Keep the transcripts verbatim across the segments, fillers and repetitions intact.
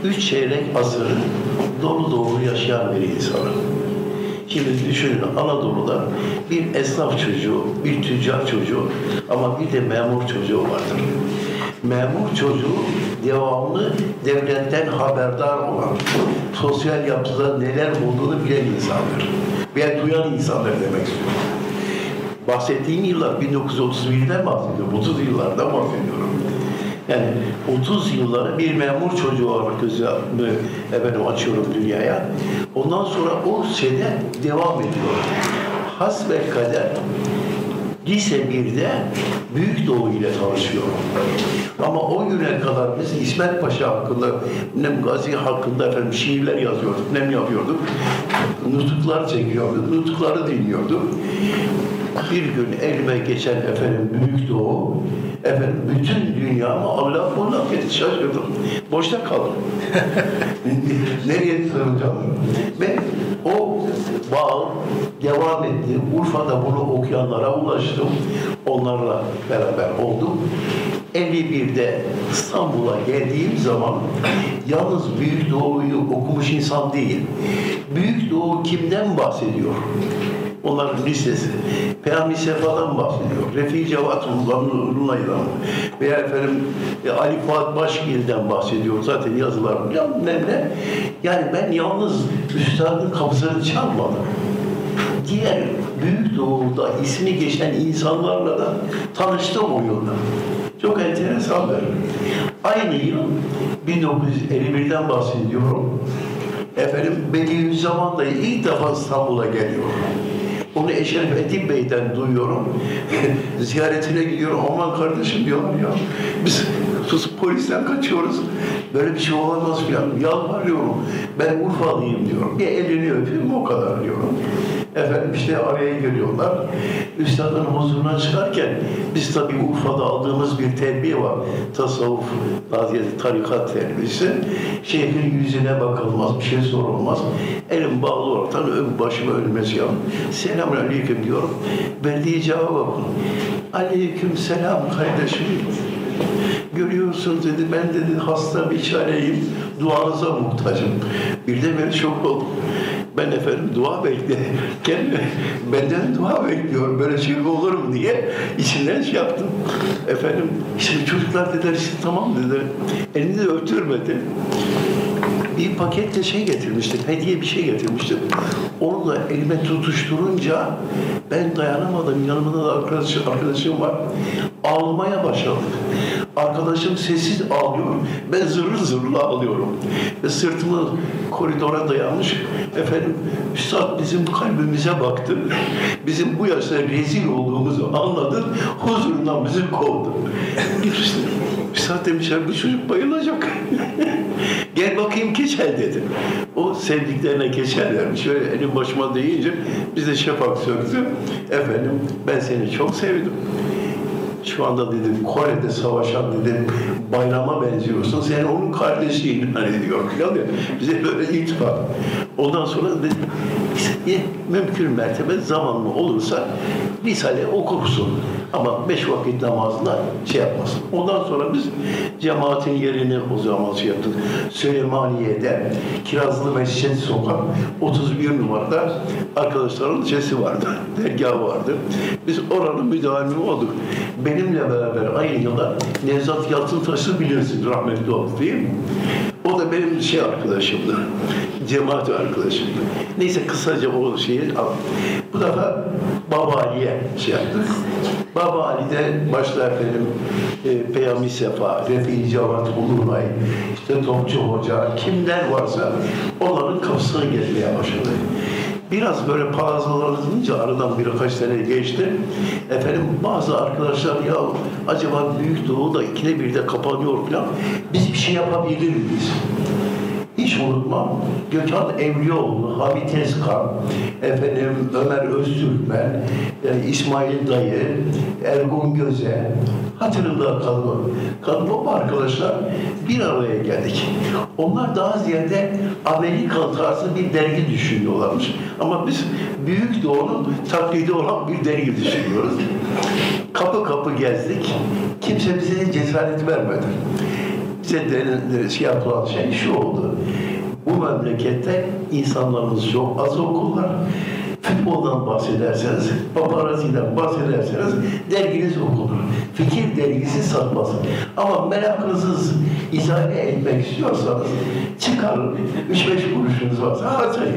üç çeyrek asırı dolu dolu yaşayan bir insanım. Şimdi düşünün, Anadolu'da bir esnaf çocuğu, bir tüccar çocuğu ama bir de memur çocuğu vardır. Memur çocuğu devamlı devletten haberdar olan, sosyal yapıda neler olduğunu bilen insandır. Veya duyan insanlar demek istiyorum. Bahsettiğim yıllar bin dokuz yüz otuz birden bahsediyorum, otuz yıllardan bahsediyorum. Yani otuz yılları bir memur çocuğu olarak gözümü efendim açıyorum dünyaya. Ondan sonra o şeyde devam ediyor. Hasbelkader lise birde Büyük Doğu ile tanışıyorum. Ama o güne kadar biz İsmet Paşa hakkında, nem Gazi hakkında efendim şiirler yazıyorduk, nem yapıyorduk. Nutuklar çekiyorduk, nutukları dinliyorduk. Bir gün elime geçen efendim Büyük Doğu, efendim bütün dünyamı allak bullak etti, şaşırdım. Boşta kaldım. Nereye sığınacağım? Ve o bağ devam etti. Urfa'da bunu okuyanlara ulaştım. Onlarla beraber oldum. elli birde İstanbul'a geldiğim zaman yalnız Büyük Doğu'yu okumuş insan değil. Büyük Doğu kimden bahsediyor? Onların listesi. Peyami Sefa'dan bahsediyor. Refik Cevat Runay'dan veya efendim Ali Fuat Başgil'den bahsediyor. Zaten yazılarım ne ne. Yani ben yalnız üstadın kapısını çalmadım. Diğer Büyük Doğu'da ismi geçen insanlarla da tanıştım o yılda. Çok enteresandır. Aynı yıl bin dokuz yüz elli birden bahsediyorum. Efendim Bediüzzaman da ilk defa İstanbul'a geliyor. Onu Eşref Edip Bey'den duyuyorum. Ziyaretine gidiyorum. Aman kardeşim diyorlar ya. Biz polisten kaçıyoruz. Böyle bir şey olamaz falan. Yalvarıyorum. Ben Urfalıyım diyorum. Bir elini öpeyim o kadar diyorum. Efendim işte araya giriyorlar. Üstadın huzuruna çıkarken biz tabii Urfa'da aldığımız bir terbiye var. Tasavvuf, tarikat terbiyesi. Şeyhin yüzüne bakılmaz, bir şey sorulmaz. Elim bağlı olaraktan ön başıma ölmesi ya. Selamun aleyküm diyorum. Verdiği cevaba bakın. Aleyküm selam kardeşim. Görüyorsunuz dedi, ben dedi hasta bir çareyim, duanıza muhtacım. Bir de ben şok oldum. Ben efendim dua beklerken benden dua bekliyorum, böyle şey olur mu diye içinden şey yaptım. Efendim, şimdi çocuklar dediler işte tamam dediler, elini de öptürmedi. Bir paketle şey getirmiştim, hediye bir şey getirmiştim. Onu da elime tutuşturunca ben dayanamadım. Yanımda da arkadaşım, arkadaşım var. Ağlamaya başladık. Arkadaşım sessiz ağlıyor. Ben zırıl zırıl ağlıyorum. Ve sırtımı koridora dayanmış. Efendim, Üstad bizim kalbimize baktı. Bizim bu yaşta rezil olduğumuzu anladı. Huzurundan bizi kovdu. Üstad demişler, bu çocuk bayılacak. Gel bakayım keçel dedi. O sevdiklerine keçel vermiş. Şöyle elim başıma deyince biz de şafak söktü. Efendim ben seni çok sevdim. Şu anda dedim Kore'de savaşan dedim bayrama benziyorsun. Sen onun kardeşiyim hani diyor. Bize böyle iltifat. Ondan sonra dedim mümkün mertebe zamanlı olursa Risale okursun. Ama beş vakit namazına şey yapmasın. Ondan sonra biz cemaatin yerini o zaman şey yaptık. Süleymaniye'de Kirazlı Mescid Sokak otuz bir numarada arkadaşların sesi vardı. Dergahı vardı. Biz oranın müdavimi olduk. Benimle beraber aynı yılda Nevzat Yalçıntaş'ı bilirsiniz rahmetli oldu değil mi? O da benim şey arkadaşımdı. Cemaat arkadaşımdı. Neyse kısaca o şeyi al. Bu defa Baba Ali'ye şey yaptık. Baba Ali'de başta efendim e, Peyami Sefa, Refik Cevat Ulunay, işte Topçu Hoca, kimler varsa onların kapısına gelmeye başladı. Biraz böyle palazlanınca aradan birkaç sene geçti. Efendim bazı arkadaşlar ya acaba Büyük Doğu'da ikide birde kapanıyor falan. Biz bir şey yapabilir miyiz? Hiç unutmam. Gökhan Evliyoğlu, Hamit Tezkan, efendim Ömer Öztürkmen, yani İsmail Dayı, Ergun Göze, hatırımda kalın. Kalın arkadaşlar bir araya geldik. Onlar daha ziyade Amerikan tarzı bir dergi düşünüyorlarmış. Ama biz Büyük Doğu'nun taklidi olan bir dergi düşünüyoruz. Kapı kapı gezdik. Kimse bize cesaret vermedi. bize de, şey yapılan şey şu oldu. Bu memlekette insanlarımız çok az okurlar. Futboldan bahsederseniz, paparazzi'den bahsederseniz derginiz okunur. Fikir dergisi satmaz. Ama merakınızı izah etmek istiyorsanız çıkarın, üç beş kuruşunuz varsa harcayın.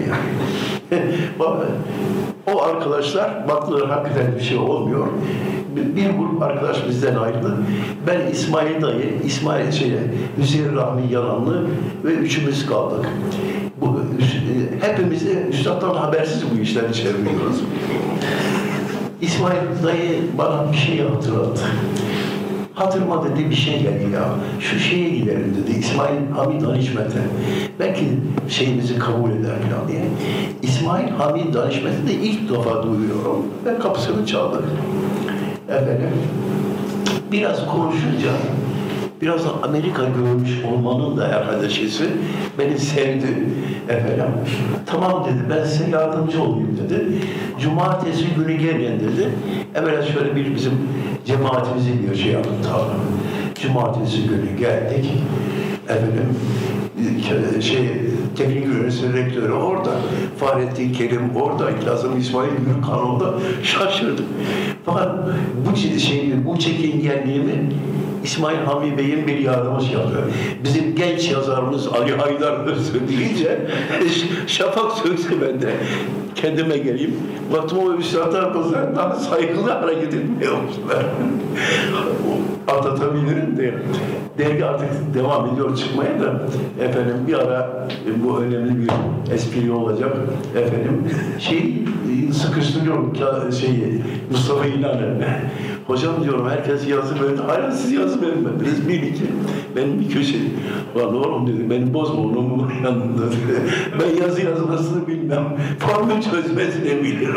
O arkadaşlar baktılar hakikaten bir şey olmuyor. Bir grup arkadaş bizden ayrıldı. Ben İsmail dayı, İsmail şey, Hüseyin Rahmi Yalanlı ve üçümüz kaldık. Bu, hepimiz de üstattan habersiz bu işleri çeviriyoruz. İsmail dayı bana bir şey hatırlattı. Hatırıma dedi bir şey geldi ya. Şu şeye gidelim dedi. İsmail Hamid Danışmet'e. Belki şeyimizi kabul eder falan diye. İsmail Hamid Danışmet'i de ilk defa duyuyorum. Ben kapısını çaldım. Efendim, biraz konuşunca, biraz da Amerika görmüş olmanın da herhalde şeysi beni sevdi. Efendim, tamam dedi, ben size yardımcı olayım dedi. Cumartesi günü gelin dedi. Evvela şöyle bir bizim cemaatimizi bir şey yaptı tabi. Cumartesi günü geldik. Efendim, şey, teknik üniversite rektörü orada, Fahrettin Kerim orada, Kazım İsmail Gürkan orada, şaşırdık. Fakat bu şeyi, bu çekingenliğimi İsmail Hamdi Bey'in bir yardımcısı yapıyor. Bizim genç yazarımız Ali Haydar Öztürk deyince şafak sökse ben de kendime geleyim. Baktım o üstadlar daha saygılı hareket etmiyorlar. Atlatabilirim de. Dergi artık devam ediyor çıkmaya da efendim bir ara bu önemli bir espri olacak efendim şey sıkıştırıyorum şeyi Mustafa İnan'ı. Hocam diyorum herkes yazı böyle hala siz yazı vermediniz bir iki benim bir köşe var oğlum dedi beni bozma onun bu yanında dedi. Ben yazı yazmasını bilmem formül çözmesini bilirim.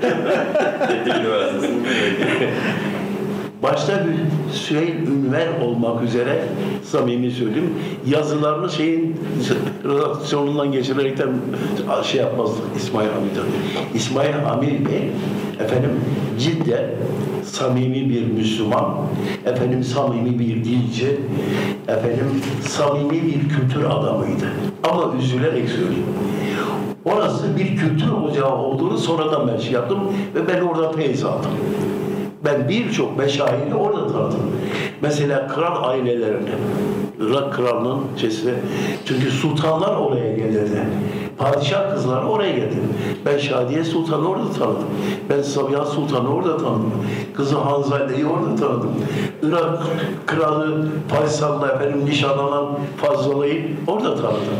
Başta bir Süheyl Ünver olmak üzere samimi söyleyeyim yazılarını şeyin redaksiyonundan geçirerekten şey yapmazdık İsmail Hamid İsmail Hamid Bey efendim cidden samimi bir Müslüman, efendim samimi bir dilci, efendim samimi bir kültür adamıydı. Ama üzülerek söyleyeyim. Orası bir kültür ocağı olduğunu sonradan ben şey yaptım ve ben orada feyiz aldım. Ben birçok meşayihini orada tanıdım. Mesela kral ailelerinde, Irak kralının çeşitli, çünkü sultanlar oraya gelirdi. Padişah kızları oraya geldi. Ben Şadiye Sultan'ı orada tanıdım. Ben Sabiha Sultan'ı orada tanıdım. Kızı Hanzade'yi orada tanıdım. Irak kralı Faysal'la efendim nişanlanan Fazlala'yı orada tanıdım.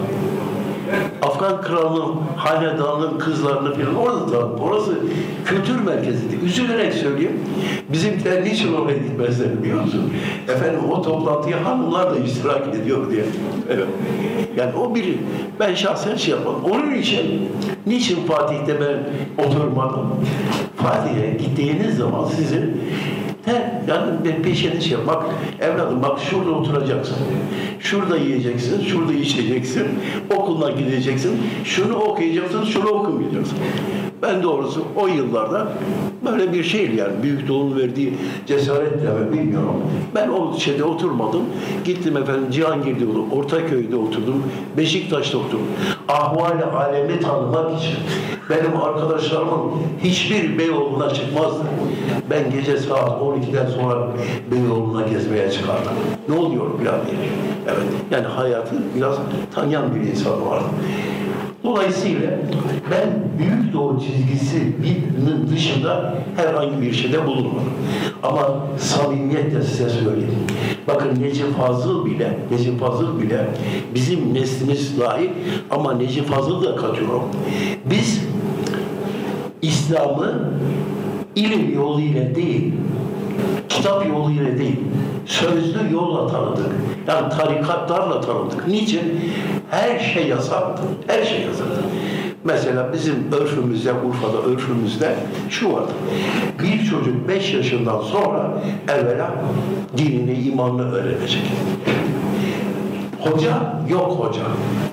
Afgan kralının, hanedanının kızlarını falan orada tanıdım. Orası kültür merkeziydi. Üzülerek söyleyeyim. Bizimkiler niçin oraya gitmezler biliyor musun? Efendim o toplantıya hanımlar da iştirak ediyor diye. Evet. Yani o bir, ben şahsen şey yapmadım. Onun için, niçin Fatih'te ben oturmadım? Fatih'e gittiğiniz zaman sizin He, yani bir peşini şey yapmak, evladım bak şurada oturacaksın, şurada yiyeceksin, şurada içeceksin, okuluna gideceksin, şunu okuyacaksın, şunu okumayacaksın. Ben doğrusu o yıllarda böyle bir şeydi yani, Büyük Doğu'nun verdiği cesaretle mi bilmiyorum. Ben o şeyde oturmadım, gittim efendim Cihangir'de oturdum, Ortaköy'de oturdum, Beşiktaş'ta oturdum. Ahval-i alemi tanımak için benim arkadaşlarımın hiçbir Beyoğlu'na çıkmazdı. Ben gece saat on ikiden sonra Beyoğlu'na gezmeye çıkardım. Ne oluyor biraz diye. Evet, yani hayatı biraz tanıyan bir insan vardı. Dolayısıyla ben Büyük Doğu çizgisinin dışında herhangi bir şeyde bulunmadım. Ama samimiyetle size söyleyeyim. Bakın Necip Fazıl bile, Necip Fazıl bile bizim neslimiz dahi ama Necip Fazıl'ı da katıyorum. Biz İslam'ı ilim yoluyla değil, kitap yoluyla değil, sözlü yolla tanıdık. Yani tarikatlarla tanıdık. Niçin? Her şey yasaktı. Her şey yasaktı. Mesela bizim örfümüzde, Urfa'da örfümüzde şu vardı. Bir çocuk beş yaşından sonra evvela dinini, imanını öğrenecek. Hoca yok hoca.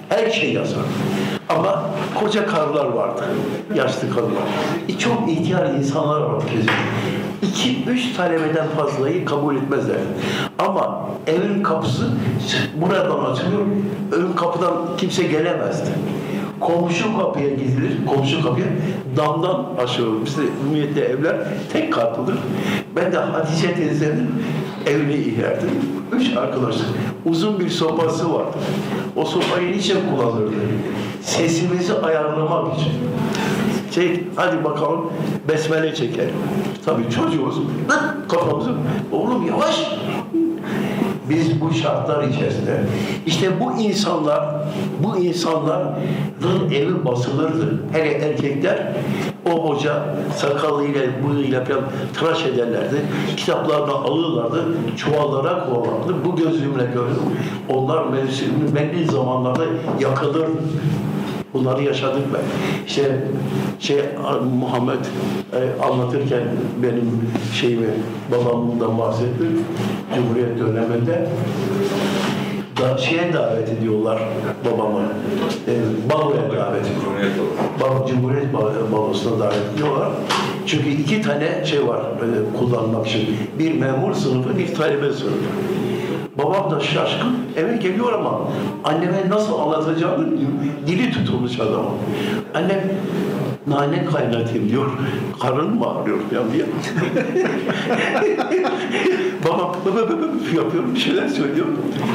Her şey yazar. Ama koca karılar vardı. Yaşlı kadınlar. E, çok ihtiyar insanlar vardı kesin. İki, üç talebeden fazlayı kabul etmezler. Ama evin kapısı buradan açılıyor. Ön kapıdan kimse gelemezdi. Komşu kapıya gidilir, komşu kapıya damdan aşılır. Bizde ümumiyette evler tek katlıdır. Ben de Hatice teyzenin evine inerdim. Üç arkadaş, uzun bir sopası vardı. O sopayı niçin kullanırdı? Sesimizi ayarlamak için. Şey, hadi bakalım besmele çekelim. Tabii çocuğumuz kafamızı, oğlum yavaş. Biz bu şartlar içerisinde, işte bu insanlar, bu insanların evi basılırdı. Hele erkekler, o hoca sakalıyla, bıyığıyla falan tıraş ederlerdi. Kitaplarını alırlardı, çuvallara koyarlardı. Bu gözümle gördüm. Onlar mevsimli belli zamanlarda yakılır. Bunları yaşadık ben. İşte şey Muhammed e, anlatırken benim şeyimi babamdan bahsetti. Cumhuriyet döneminde da şeye davet ediyorlar babamı. E, baloya davet ediyorlar. Bal, Cumhuriyet balosuna davet ediyorlar. Çünkü iki tane şey var e, kullanmak için. Bir memur sınıfı, bir talebe sınıfı. Babam da şaşkın, eve geliyor ama anneme nasıl anlatacağını bilmiyor. Dili tutulmuş adamın. Annem nane kaynatayım diyor. Karın mı ağrıyor falan diye. Babam yapıyor, bir şeyler söylüyor.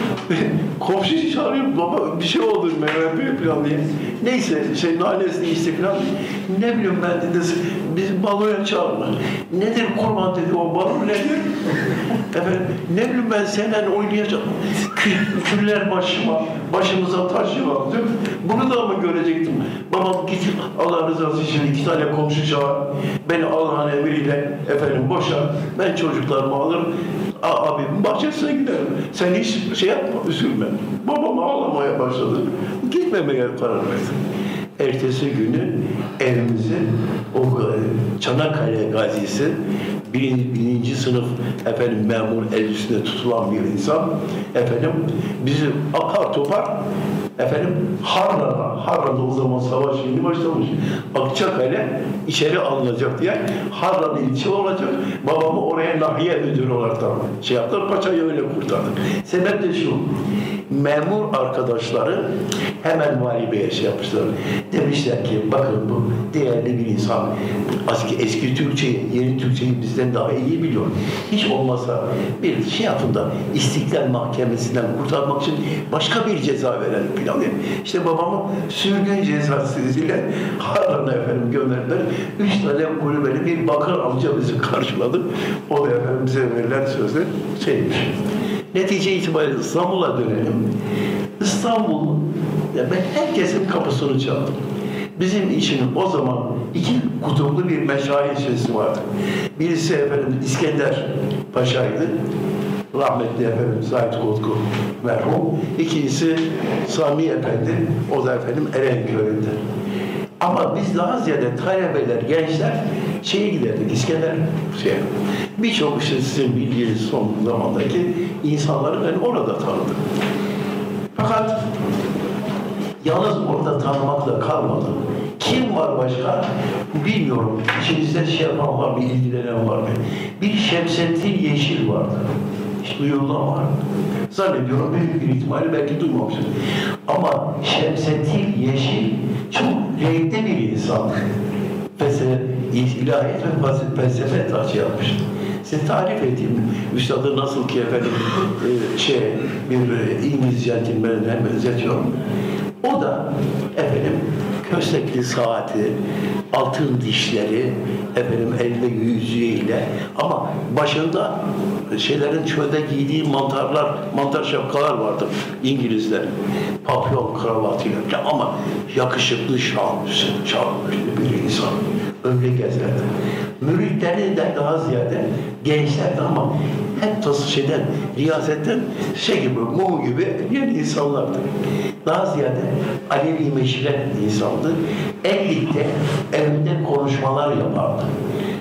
Komşu çağırıyor, baba bir şey oldu Mehmet Bey falan diye. Neyse şey nanesini içti falan. Ne bileyim ben dedi, biz baloya çağırma. Nedir kurban dedi, o balo nedir? Efendim, ne bileyim ben seninle oynayacağım. Küller başıma, başımıza taş yılan diyor. Bunu da mı görecektim? Babam git Allah rızası için iki tane komşu çağır. Beni Allah'ın emriyle efendim boşa. Ben çocuklarımı alırım. Abimin bahçesine giderim. Sen hiç şey yapma, üzülme. Babam ağlamaya başladı. Gitmemeye karar verdim. Ertesi günü evimizi o Çanakkale gazisi birinci, birinci sınıf efendim memur el üstünde tutulan bir insan efendim bizi apar topar efendim Harran'a, Harran'da o zaman savaş yeni başlamış. Akçakale içeri alınacak diye Harran ilçe olacak. Babamı oraya nahiye müdürü olarak şey yaptılar. Paçayı öyle kurtardık. Sebep de şu. Memur arkadaşları hemen Vali Bey'e şey yapmışlar. Demişler ki bakın bu değerli bir insan. Eski, eski Türkçeyi, yeni Türkçeyi bizden daha iyi biliyor. Hiç olmasa bir şey yapın da İstiklal Mahkemesi'nden kurtarmak için başka bir ceza verelim falan diye. İşte babamı sürgün cezasıyla Harran'a efendim gönderdiler. Üç tane kulübeli bir bakır amca bizi karşıladı. O da efendim bize verilen sözler şeymiş. Netice itibariyle İstanbul'a dönelim. İstanbul, ya ben herkesin kapısını çaldım. Bizim için o zaman iki kutuplu bir meşayih şeysi vardı. Birisi efendim İskender Paşa'ydı. Rahmetli efendim Zahid Kotku merhum. İkincisi Sami Efendi. O da efendim Erenköy'ünde. Ama biz daha ziyade talebeler, gençler şeye giderdik, İskender şey. Birçok işte sizin bildiğiniz son zamandaki insanları ben orada tanıdım. Fakat yalnız orada tanımakla kalmadım. Kim var başka? Bilmiyorum. İçinizde şey yapan var mı, ilgilenen var mı? Bir Şemsettin Yeşil vardı. Hiç duyulan var mı? Zannediyorum büyük bir ihtimalle belki duymamışsınız. Ama Şemsettin Yeşil çok renkli bir insandı. Felsefe, ilahiyat ve felsefe tahsil yapmıştı. Size tarif edeyim. Üstadı nasıl ki efendim e, şey bir e, İngiliz centilmenine benzetiyorum. O da efendim köstekli saati, altın dişleri, efendim elinde yüzüğüyle ama başında şeylerin çölde giydiği mantarlar, mantar şapkalar vardı İngilizler. Papyon kravatıyla ama yakışıklı şan, şan bir insan. Öyle gezerdi. Müritlerinden daha ziyade gençlerdi ama hep tası şeyden, riyasetten şey gibi, mum gibi yeni insanlardı. Daha ziyade Alevi meşret insandı. Ellikte evinde konuşmalar yapardı.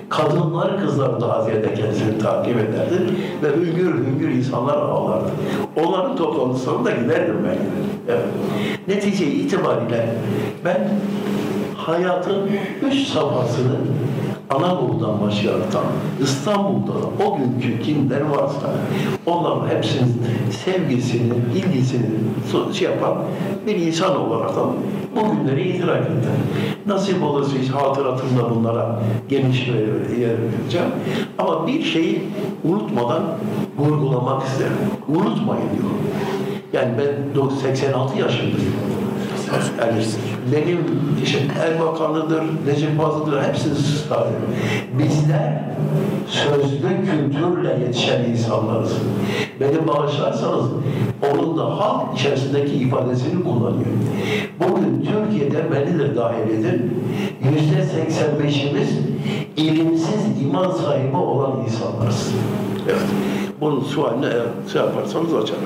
Kadınlar, kızlar daha ziyade kendisini takip ederdi ve hüngür hüngür insanlar ağlardı. Onların toplantısına da giderdim ben. Evet. Netice itibariyle ben hayatın üç safhasını Anadolu'dan başlayaraktan İstanbul'da o günkü kimler varsa onların hepsinin sevgisini, ilgisini şey yapan bir insan olaraktan bu günleri idrak etti. Nasip olursa hiç hatıratımda bunlara geniş yer vereceğim. Ama bir şeyi unutmadan vurgulamak isterim. Unutmayın diyor. Yani ben seksen altı yaşındayım. Yani benim işte Erbakanlı'dır, Necip Fazıl'dır, hepsini sarıyorum. Bizler sözlü kültürle yetişen insanlarız. Beni bağışlarsanız onun da halk içerisindeki ifadesini kullanıyor. Bugün Türkiye'de beni de dahil edin, yüzde seksen beşimiz ilimsiz iman sahibi olan insanlarız. Evet. Bunun sualini eğer şey yaparsanız açarım.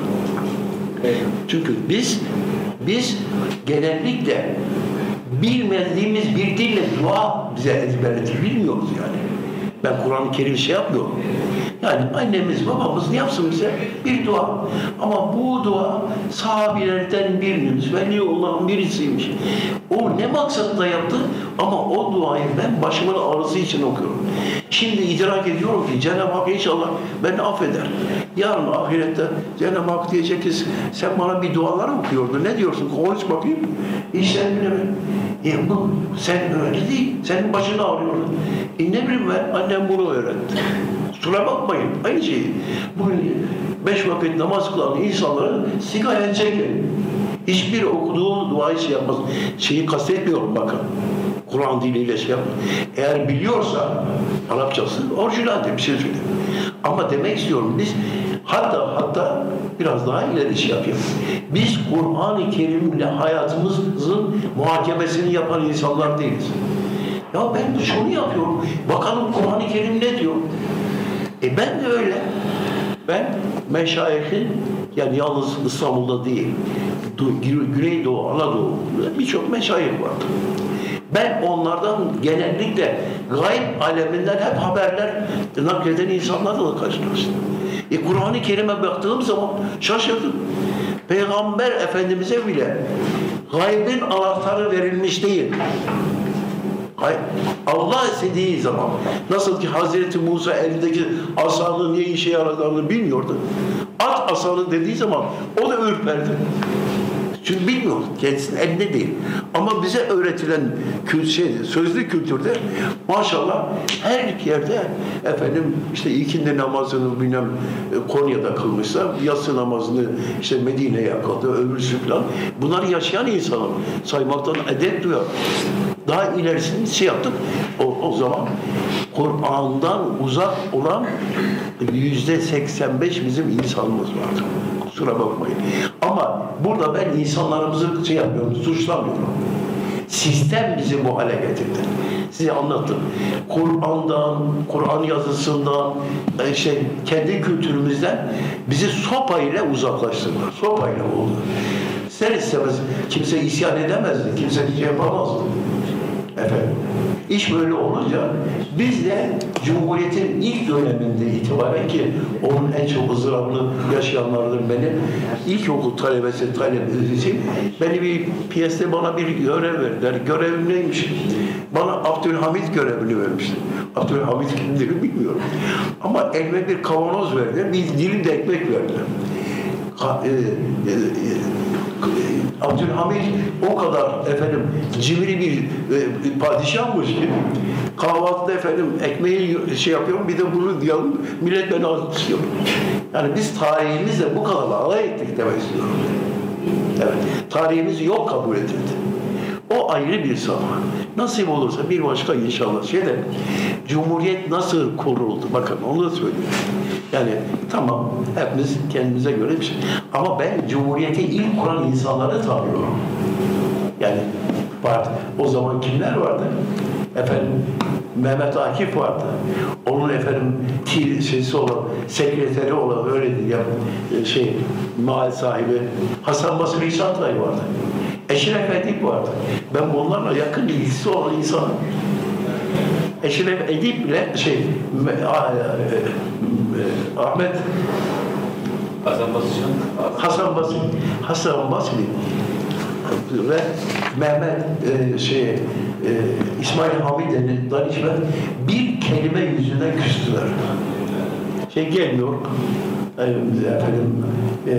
Çünkü biz biz genellikle bilmediğimiz bir dille dua bize ezberletir, bilmiyoruz yani. Ben Kur'an-ı Kerim şey yapmıyorum. Yani annemiz, babamız ne yapsın bize? Bir dua. Ama bu dua sahabilerden birinin, veli olan birisiymiş. O ne maksatla yaptı? Ama o duayı ben başımın ağrısı için okuyorum. Şimdi idrak ediyorum ki Cenab-ı Hak inşallah beni affeder. Yarın ahirette Cenab-ı Hak diyecek ki sen bana bir dualar okuyordun. Ne diyorsun? Konuş bakayım. İşte bilemem. E bu sen öyle değil. Senin başın ağrıyor. E ne bileyim ben, annem bunu öğretti. Kusura bakmayın. Aynı şeyi. Bugün beş vakit namaz kılan insanların sigara çekin. Hiçbir okuduğu duayı şey yapmaz. Şeyi kastetmiyorum bakın. Kur'an diliyle şey yapmaz. Eğer biliyorsa Arapçası orijinal diye bir şey söyleyeyim. Ama demek istiyorum biz hatta hatta biraz daha ileri şey yapıyoruz. Biz Kur'an-ı Kerim'le hayatımızın muhakemesini yapan insanlar değiliz. Ya ben şunu yapıyorum. Bakalım Kur'an-ı Kerim ne diyor? E ben de öyle. Ben meşayihin, yani yalnız İstanbul'da değil, Güneydoğu, Anadolu'da birçok meşayih vardı. Ben onlardan genellikle gayb aleminden hep haberler nakleden insanlarla da karşılaştım. E Kur'an-ı Kerim'e baktığım zaman şaşırdım. Peygamber Efendimiz'e bile gaybin anahtarı verilmiş değil. Allah istediği zaman, nasıl ki Hazreti Musa elindeki asanın niye işe yaradığını bilmiyordu. At asanı dediği zaman o da ürperdi. Çünkü bilmiyor, kendisinin elinde değil. Ama bize öğretilen kült şey, sözlü kültürde maşallah her yerde efendim işte ikindi namazını bilmem Konya'da kılmışsa, yatsı namazını işte Medine'ye kıldı, öbürsü falan. Bunları yaşayan insanı saymaktan edep duyar. Daha ilerisini şey yaptık. O, o zaman Kur'an'dan uzak olan yüzde seksen beş bizim insanımız vardı. Kusura bakmayın. Ama burada ben insanlarımızı şey yapıyorum, suçlamıyorum. Sistem bizi bu hale getirdi. Size anlattım. Kur'an'dan, Kur'an yazısından, şey, kendi kültürümüzden bizi sopayla uzaklaştırdılar. Sopayla oldu. İster istemez kimse isyan edemezdi, kimse şey yapamazdı. Efendim, iş böyle olunca biz de Cumhuriyet'in ilk döneminde itibaren ki onun en çok ızdırabını yaşayanlardır benim. İlkokul talebesi talebesiyim. Beni bir piyeste bana bir görev verdiler. Görevim neymiş? Bana Abdülhamit görevini vermişti. Abdülhamit kimdir bilmiyorum. Ama elime bir kavanoz verdiler. Bir dilim de ekmek verdiler. Ka e, e, e, Abdülhamit o kadar efendim cimri bir e, padişahmış ki kahvaltıda efendim ekmeği şey yapıyorum bir de bunu diyelim millet beni alkışlıyor. Yani biz tarihimizle bu kadar alay ettik demek istiyorum. Evet. Tarihimiz yok kabul edildi. O ayrı bir zaman. Nasip olursa bir başka inşallah şeyde Cumhuriyet nasıl kuruldu? Bakın onu da söyleyeyim. Yani tamam hepimiz kendimize göre bir şey. Ama ben Cumhuriyeti ilk kuran insanları tanıyorum. Yani vardı. O zaman kimler vardı? Efendim Mehmet Akif vardı. Onun efendim sesi olan, sekreteri olan öyle diye şey mahalle sahibi Hasan Basri Çantay vardı. Eşref Edip vardı. Ben bunlarla yakın ilgisi olan insanım. Eşref Edip ile şey me- a- e, e, Ahmet Hasan Basri. Hasan Basri Hasan Basri ve Mehmet e, şey e, İsmail Hamide'nin danışman bir kelime yüzünden küstüler. Şey gelmiyor. E, efendim e,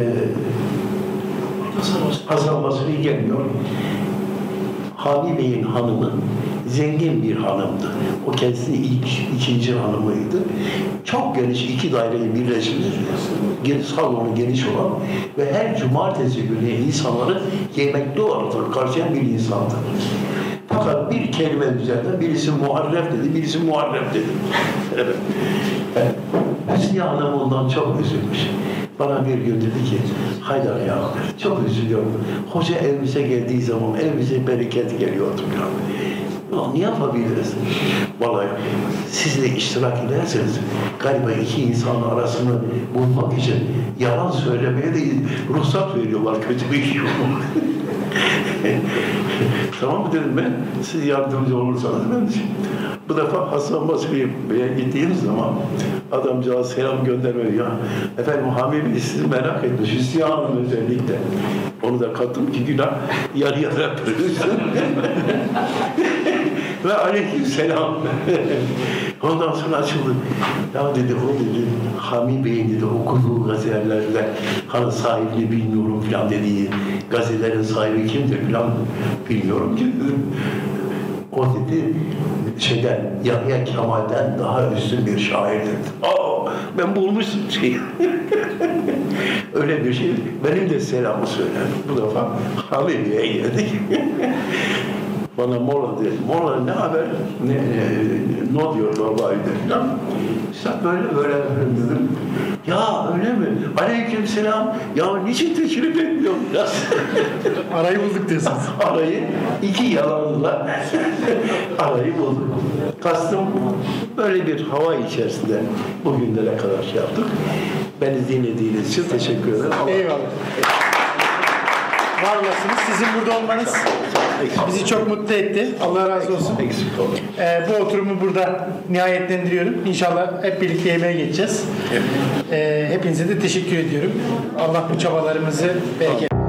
Hasan Basri gelmiyor. Hami Bey'in hanımı zengin bir hanımdı. O kendisi ilk, ikinci hanımıydı. Çok geniş iki daireyi birleşmiş, salonu geniş olan ve her cumartesi günü insanları yemekli olarak karşılayan bir insandı. Fakat bir kelime üzerinde birisi Muharref dedi, birisi Muharref dedi. Evet. Evet. Hüsniye Hanım ondan çok üzülmüş. Bana bir gün dedi ki, Haydar ya, çok üzülüyorum. Hoca evimize geldiği zaman evimize bereket geliyordu. Ya ne yapabiliriz? Vallahi siz de iştirak ederseniz galiba iki insan arasını bulmak için yalan söylemeye de ruhsat veriyorlar, kötü bir şey yok. Tamam mı dedim ben? Siz yardımcı olursanız ben de. Bu defa Hasan Basri'ye gittiğimiz zaman adamcağız selam göndermiyor ya. Efendim Hami Bey sizi merak etmiş. Hüsniye Hanım özellikle. Onu da kattım ki günah yarı yarı pürüzsün. Ve aleyküm selam. Ondan sonra açıldı. Ya dedi o dedi Hami Bey'in dedi okuduğu gazetelerle hani sahibini bilmiyorum falan dediği gazetelerin sahibi kimdir falan bilmiyorum ki dedim. O dedi şeyden Yahya Kemal'den daha üstün bir şairdir. Aa ben bulmuşum şeyi. Öyle bir şey. Benim de selamı söyledim. Bu defa Hamidiye'ye geldik. Bana Mola dedi. Mola ne haber? Ne, ne, ne diyor babaydı falan. İşte böyle böyle dedim. Ya öyle mi? Aleyküm selam. Ya niçin teşrif etmiyorum? Arayı bulduk diyorsunuz. Arayı iki yalanla arayı bulduk. Kastım böyle bir hava içerisinde bugünlere kadar şey yaptık. Beni dinlediğiniz için teşekkür ederim. Eyvallah. Var olasınız. Sizin burada olmanız bizi çok mutlu etti. Allah razı olsun. Eksik olun. Ee, bu oturumu burada nihayetlendiriyorum. İnşallah hep birlikte yemeğe geçeceğiz. Ee, hepinize de teşekkür ediyorum. Allah bu çabalarımızı bereket